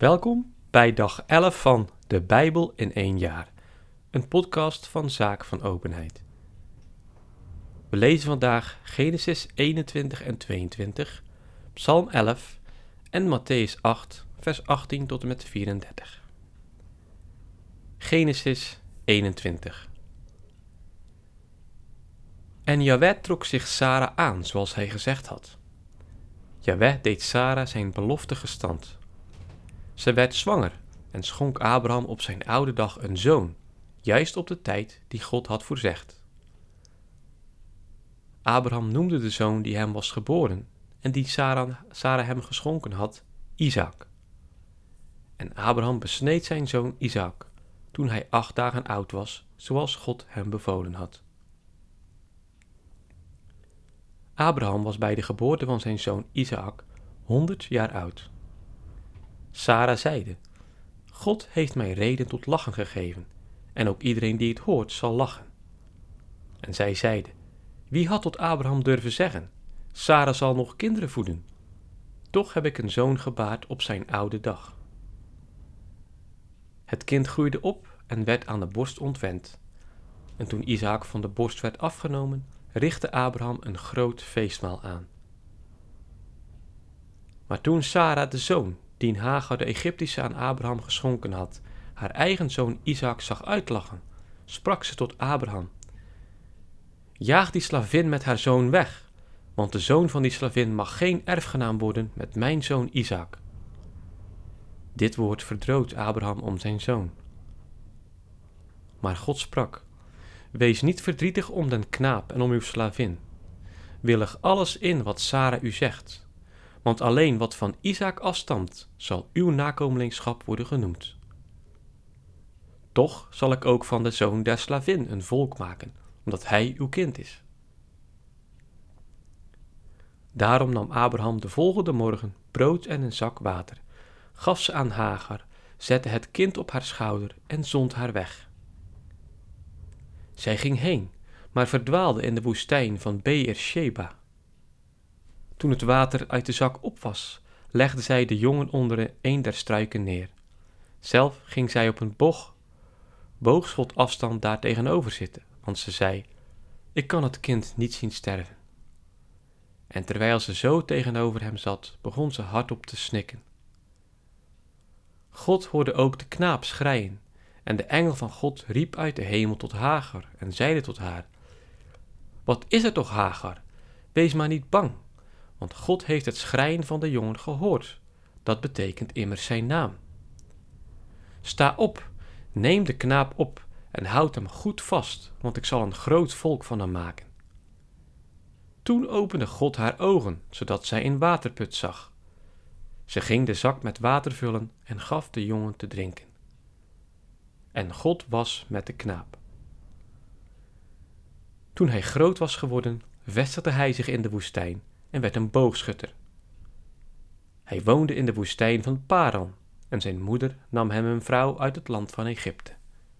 Welkom bij dag 11 van De Bijbel in 1 jaar, een podcast van Zaak van Openheid. We lezen vandaag Genesis 21 en 22, Psalm 11 en Mattheüs 8, vers 18 tot en met 34. Genesis 21. En Jahweh trok zich Sara aan, zoals hij gezegd had. Jahweh deed Sara zijn belofte gestand. Ze werd zwanger en schonk Abraham op zijn oude dag een zoon, juist op de tijd die God had voorzegd. Abraham noemde de zoon die hem was geboren en die Sara hem geschonken had, Isaak. En Abraham besneed zijn zoon Isaak toen hij 8 dagen oud was, zoals God hem bevolen had. Abraham was bij de geboorte van zijn zoon Isaak 100 jaar oud. Sara zeide: God heeft mij reden tot lachen gegeven, en ook iedereen die het hoort zal lachen. En zij zeide: Wie had tot Abraham durven zeggen: Sara zal nog kinderen voeden? Toch heb ik een zoon gebaard op zijn oude dag. Het kind groeide op en werd aan de borst ontwend. En toen Isaak van de borst werd afgenomen, richtte Abraham een groot feestmaal aan. Maar toen Sara de zoon, dien Hagar de Egyptische aan Abraham geschonken had, haar eigen zoon Isaak zag uitlachen, sprak ze tot Abraham: Jaag die slavin met haar zoon weg, want de zoon van die slavin mag geen erfgenaam worden met mijn zoon Isaak. Dit woord verdroot Abraham om zijn zoon. Maar God sprak: Wees niet verdrietig om den knaap en om uw slavin. Willig alles in wat Sara u zegt, want alleen wat van Isaak afstamt, zal uw nakomelingschap worden genoemd. Toch zal ik ook van de zoon der slavin een volk maken, omdat hij uw kind is. Daarom nam Abraham de volgende morgen brood en een zak water, gaf ze aan Hagar, zette het kind op haar schouder en zond haar weg. Zij ging heen, maar verdwaalde in de woestijn van Beer-sheba. Toen het water uit de zak op was, legde zij de jongen onder een der struiken neer. Zelf ging zij op een boogschot afstand daar tegenover zitten, want ze zei: Ik kan het kind niet zien sterven. En terwijl ze zo tegenover hem zat, begon ze hardop te snikken. God hoorde ook de knaap schreien, en de engel van God riep uit de hemel tot Hagar en zeide tot haar: Wat is er toch, Hagar? Wees maar niet bang, want God heeft het schreien van de jongen gehoord. Dat betekent immers zijn naam. Sta op, neem de knaap op en houd hem goed vast, want ik zal een groot volk van hem maken. Toen opende God haar ogen, zodat zij een waterput zag. Ze ging de zak met water vullen en gaf de jongen te drinken. En God was met de knaap. Toen hij groot was geworden, vestigde hij zich in de woestijn en werd een boogschutter. Hij woonde in de woestijn van Paran en zijn moeder nam hem een vrouw uit het land van Egypte.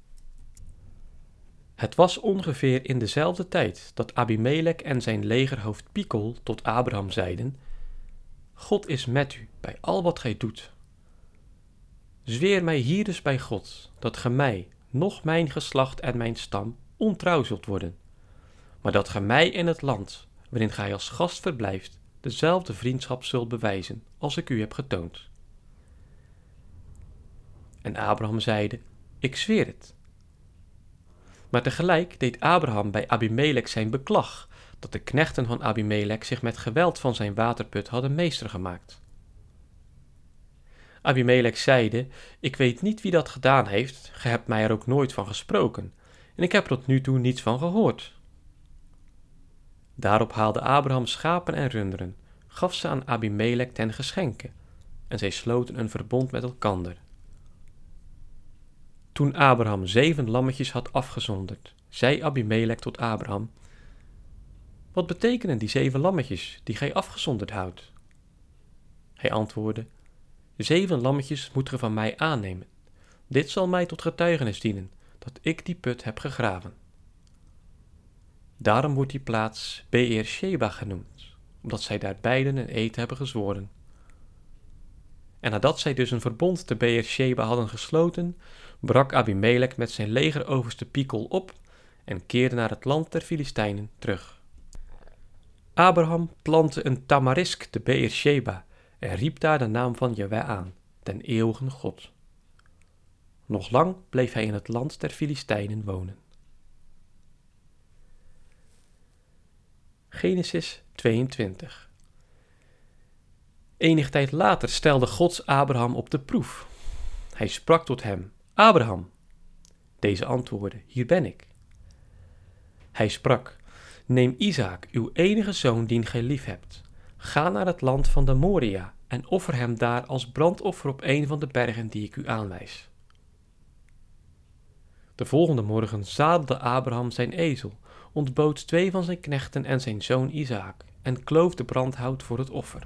Het was ongeveer in dezelfde tijd dat Abimelech en zijn legerhoofd Pikol tot Abraham zeiden: God is met u bij al wat gij doet. Zweer mij hier dus bij God, dat ge mij, noch mijn geslacht en mijn stam, ontrouw zult worden, maar dat ge mij in het land, waarin gij als gast verblijft, dezelfde vriendschap zult bewijzen als ik u heb getoond. En Abraham zeide: Ik zweer het. Maar tegelijk deed Abraham bij Abimelech zijn beklag, dat de knechten van Abimelech zich met geweld van zijn waterput hadden meester gemaakt. Abimelech zeide: Ik weet niet wie dat gedaan heeft, ge hebt mij er ook nooit van gesproken, en ik heb er tot nu toe niets van gehoord. Daarop haalde Abraham schapen en runderen, gaf ze aan Abimelech ten geschenke, en zij sloten een verbond met elkander. Toen Abraham 7 lammetjes had afgezonderd, zei Abimelech tot Abraham: Wat betekenen die 7 lammetjes die gij afgezonderd houdt? Hij antwoordde: 7 lammetjes moet ge van mij aannemen. Dit zal mij tot getuigenis dienen, dat ik die put heb gegraven. Daarom wordt die plaats Beer-sheba genoemd, omdat zij daar beiden een eed hebben gezworen. En nadat zij dus een verbond te Beersheba hadden gesloten, brak Abimelech met zijn legeroverste Pikol op en keerde naar het land der Filistijnen terug. Abraham plantte een tamarisk te Beersheba en riep daar de naam van Jahweh aan, den eeuwige God. Nog lang bleef hij in het land der Filistijnen wonen. Genesis 22. Enig tijd later stelde God Abraham op de proef. Hij sprak tot hem: Abraham. Deze antwoordde: Hier ben ik. Hij sprak: Neem Isaak, uw enige zoon dien gij liefhebt. Ga naar het land van de Moria en offer hem daar als brandoffer op een van de bergen die ik u aanwijs. De volgende morgen zadelde Abraham zijn ezel, ontbood 2 van zijn knechten en zijn zoon Isaak en kloof de brandhout voor het offer.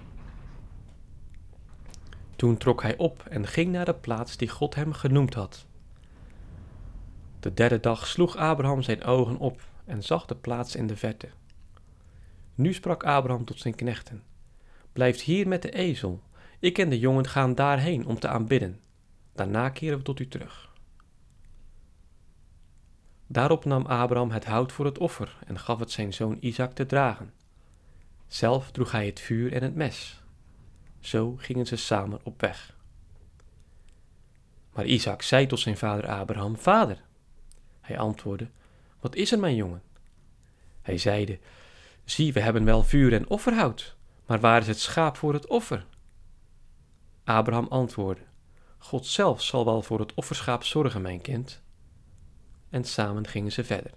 Toen trok hij op en ging naar de plaats die God hem genoemd had. De 3e dag sloeg Abraham zijn ogen op en zag de plaats in de verte. Nu sprak Abraham tot zijn knechten: Blijft hier met de ezel, ik en de jongen gaan daarheen om te aanbidden. Daarna keren we tot u terug. Daarop nam Abraham het hout voor het offer en gaf het zijn zoon Isaak te dragen. Zelf droeg hij het vuur en het mes. Zo gingen ze samen op weg. Maar Isaak zei tot zijn vader Abraham: Vader. Hij antwoordde: Wat is er, mijn jongen? Hij zeide: Zie, we hebben wel vuur en offerhout, maar waar is het schaap voor het offer? Abraham antwoordde: God zelf zal wel voor het offerschaap zorgen, mijn kind. En samen gingen ze verder.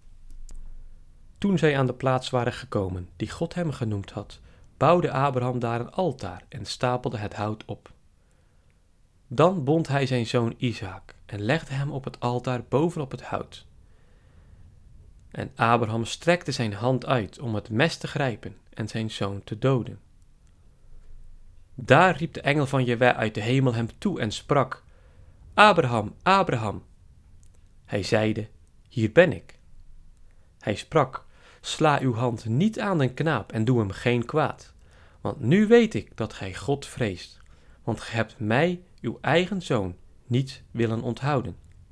Toen zij aan de plaats waren gekomen die God hem genoemd had, bouwde Abraham daar een altaar en stapelde het hout op. Dan bond hij zijn zoon Isaak en legde hem op het altaar bovenop het hout. En Abraham strekte zijn hand uit om het mes te grijpen en zijn zoon te doden. Daar riep de engel van Jahweh uit de hemel hem toe en sprak: Abraham, Abraham. Hij zeide: Hier ben ik. Hij sprak: Sla uw hand niet aan den knaap en doe hem geen kwaad, want nu weet ik dat gij God vreest, want gij hebt mij, uw eigen zoon, niet willen onthouden.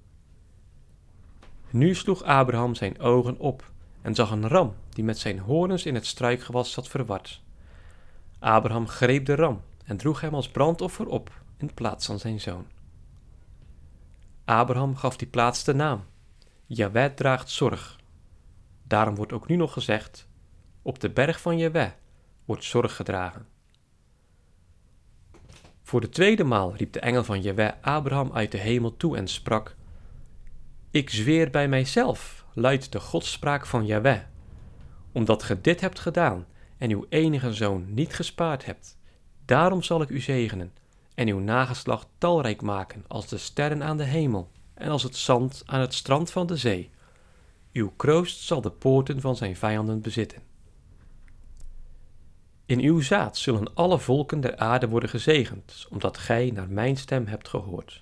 Nu sloeg Abraham zijn ogen op en zag een ram die met zijn horens in het struikgewas zat verward. Abraham greep de ram en droeg hem als brandoffer op in plaats van zijn zoon. Abraham gaf die plaats de naam: Jahweh draagt zorg. Daarom wordt ook nu nog gezegd: op de berg van Jahweh wordt zorg gedragen. Voor de 2e maal riep de engel van Jahweh Abraham uit de hemel toe en sprak: Ik zweer bij mijzelf, luidt de godsspraak van Jahweh, omdat ge dit hebt gedaan en uw enige zoon niet gespaard hebt, daarom zal ik u zegenen en uw nageslacht talrijk maken als de sterren aan de hemel en als het zand aan het strand van de zee. Uw kroost zal de poorten van zijn vijanden bezitten. In uw zaad zullen alle volken der aarde worden gezegend, omdat gij naar mijn stem hebt gehoord.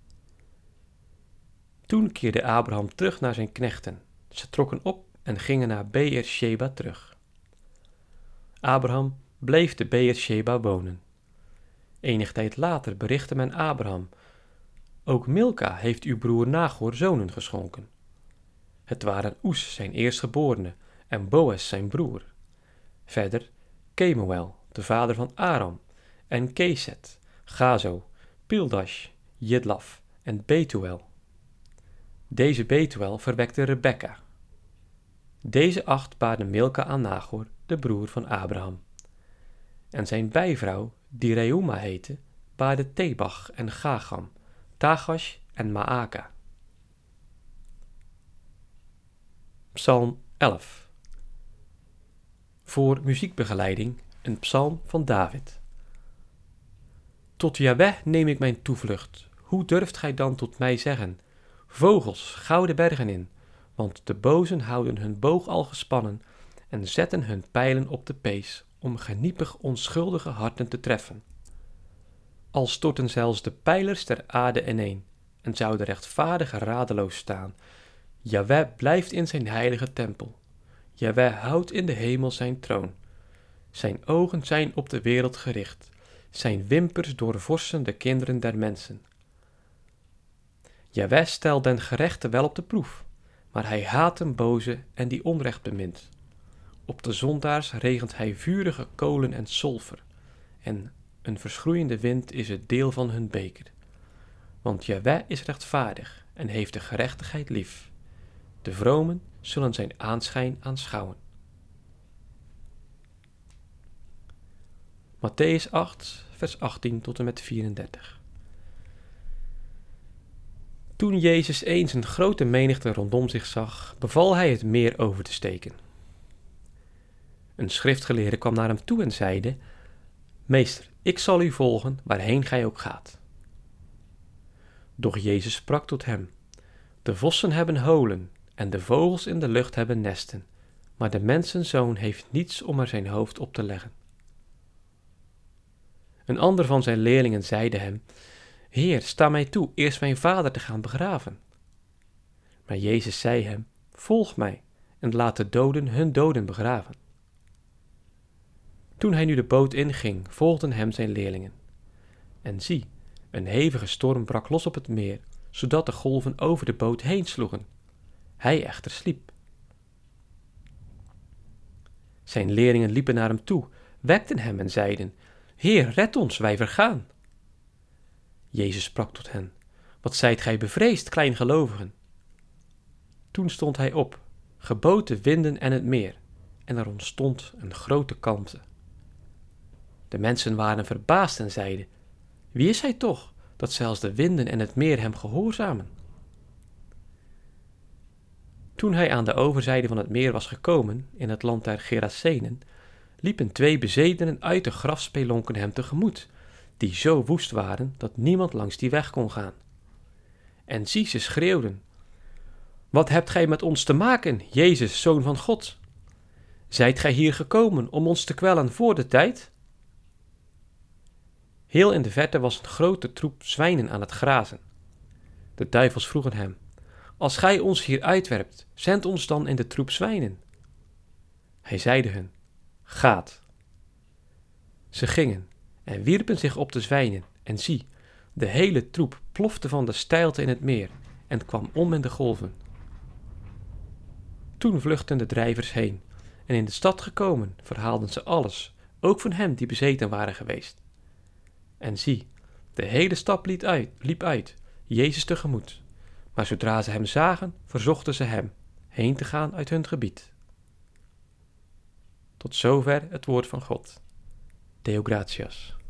Toen keerde Abraham terug naar zijn knechten. Ze trokken op en gingen naar Beersheba terug. Abraham bleef te Beersheba wonen. Enig tijd later berichtte men Abraham: Ook Milka heeft uw broer Nagor zonen geschonken. Het waren Oes zijn eerstgeborene en Boas zijn broer. Verder Kemuel, de vader van Aram, en Keset, Gazo, Pildash, Jidlaf en Betuel. Deze Betuel verwekte Rebekka. Deze 8 baarden Milka aan Nagor, de broer van Abraham. En zijn bijvrouw, die Reuma heette, baarde Tebach en Gagam, Tagash en Maaka. Psalm 11. Voor muziekbegeleiding een psalm van David. Tot Jahweh neem ik mijn toevlucht. Hoe durft gij dan tot mij zeggen: vogels, gauw de bergen in, want de bozen houden hun boog al gespannen en zetten hun pijlen op de pees om geniepig onschuldige harten te treffen. Al storten zelfs de pijlers der aarde ineen en zou de rechtvaardige radeloos staan. Jahweh blijft in zijn heilige tempel. Jahweh houdt in de hemel zijn troon. Zijn ogen zijn op de wereld gericht. zijn wimpers doorvorsen de kinderen der mensen. Jahweh stelt den gerechte wel op de proef, maar hij haat een boze en die onrecht bemint. Op de zondaars regent hij vurige kolen en sulfer, en een verschroeiende wind is het deel van hun beker. Want Jahweh is rechtvaardig en heeft de gerechtigheid lief. De vromen zullen zijn aanschijn aanschouwen. Mattheüs 8, vers 18 tot en met 34. Toen Jezus eens een grote menigte rondom zich zag, beval hij het meer over te steken. Een schriftgeleerde kwam naar hem toe en zeide: Meester, ik zal u volgen waarheen gij ook gaat. Doch Jezus sprak tot hem: De vossen hebben holen en de vogels in de lucht hebben nesten, maar de mensenzoon heeft niets om er zijn hoofd op te leggen. Een ander van zijn leerlingen zeide hem: Heer, sta mij toe eerst mijn vader te gaan begraven. Maar Jezus zei hem: Volg mij en laat de doden hun doden begraven. Toen hij nu de boot inging, volgden hem zijn leerlingen. En zie, een hevige storm brak los op het meer, zodat de golven over de boot heen sloegen. Hij echter sliep. Zijn leerlingen liepen naar hem toe, wekten hem en zeiden: Heer, red ons, wij vergaan. Jezus sprak tot hen: Wat zijt gij bevreesd, kleingelovigen? Toen stond hij op, gebood de winden en het meer, en er ontstond een grote kalmte. De mensen waren verbaasd en zeiden: Wie is hij toch, dat zelfs de winden en het meer hem gehoorzamen? Toen hij aan de overzijde van het meer was gekomen, in het land der Gerasenen, liepen 2 bezetenen uit de grafspelonken hem tegemoet, die zo woest waren dat niemand langs die weg kon gaan. En zie, ze schreeuwden: Wat hebt gij met ons te maken, Jezus, Zoon van God? Zijt gij hier gekomen om ons te kwellen voor de tijd? Heel in de verte was een grote troep zwijnen aan het grazen. De duivels vroegen hem: Als gij ons hier uitwerpt, zend ons dan in de troep zwijnen. Hij zeide hun: Gaat. Ze gingen en wierpen zich op de zwijnen, en zie, de hele troep plofte van de steilte in het meer en kwam om in de golven. Toen vluchtten de drijvers heen, en in de stad gekomen verhaalden ze alles, ook van hem die bezeten waren geweest. En zie, de hele stad liep uit, Jezus tegemoet. Maar zodra ze hem zagen, verzochten ze hem heen te gaan uit hun gebied. Tot zover het woord van God. Deo gratias.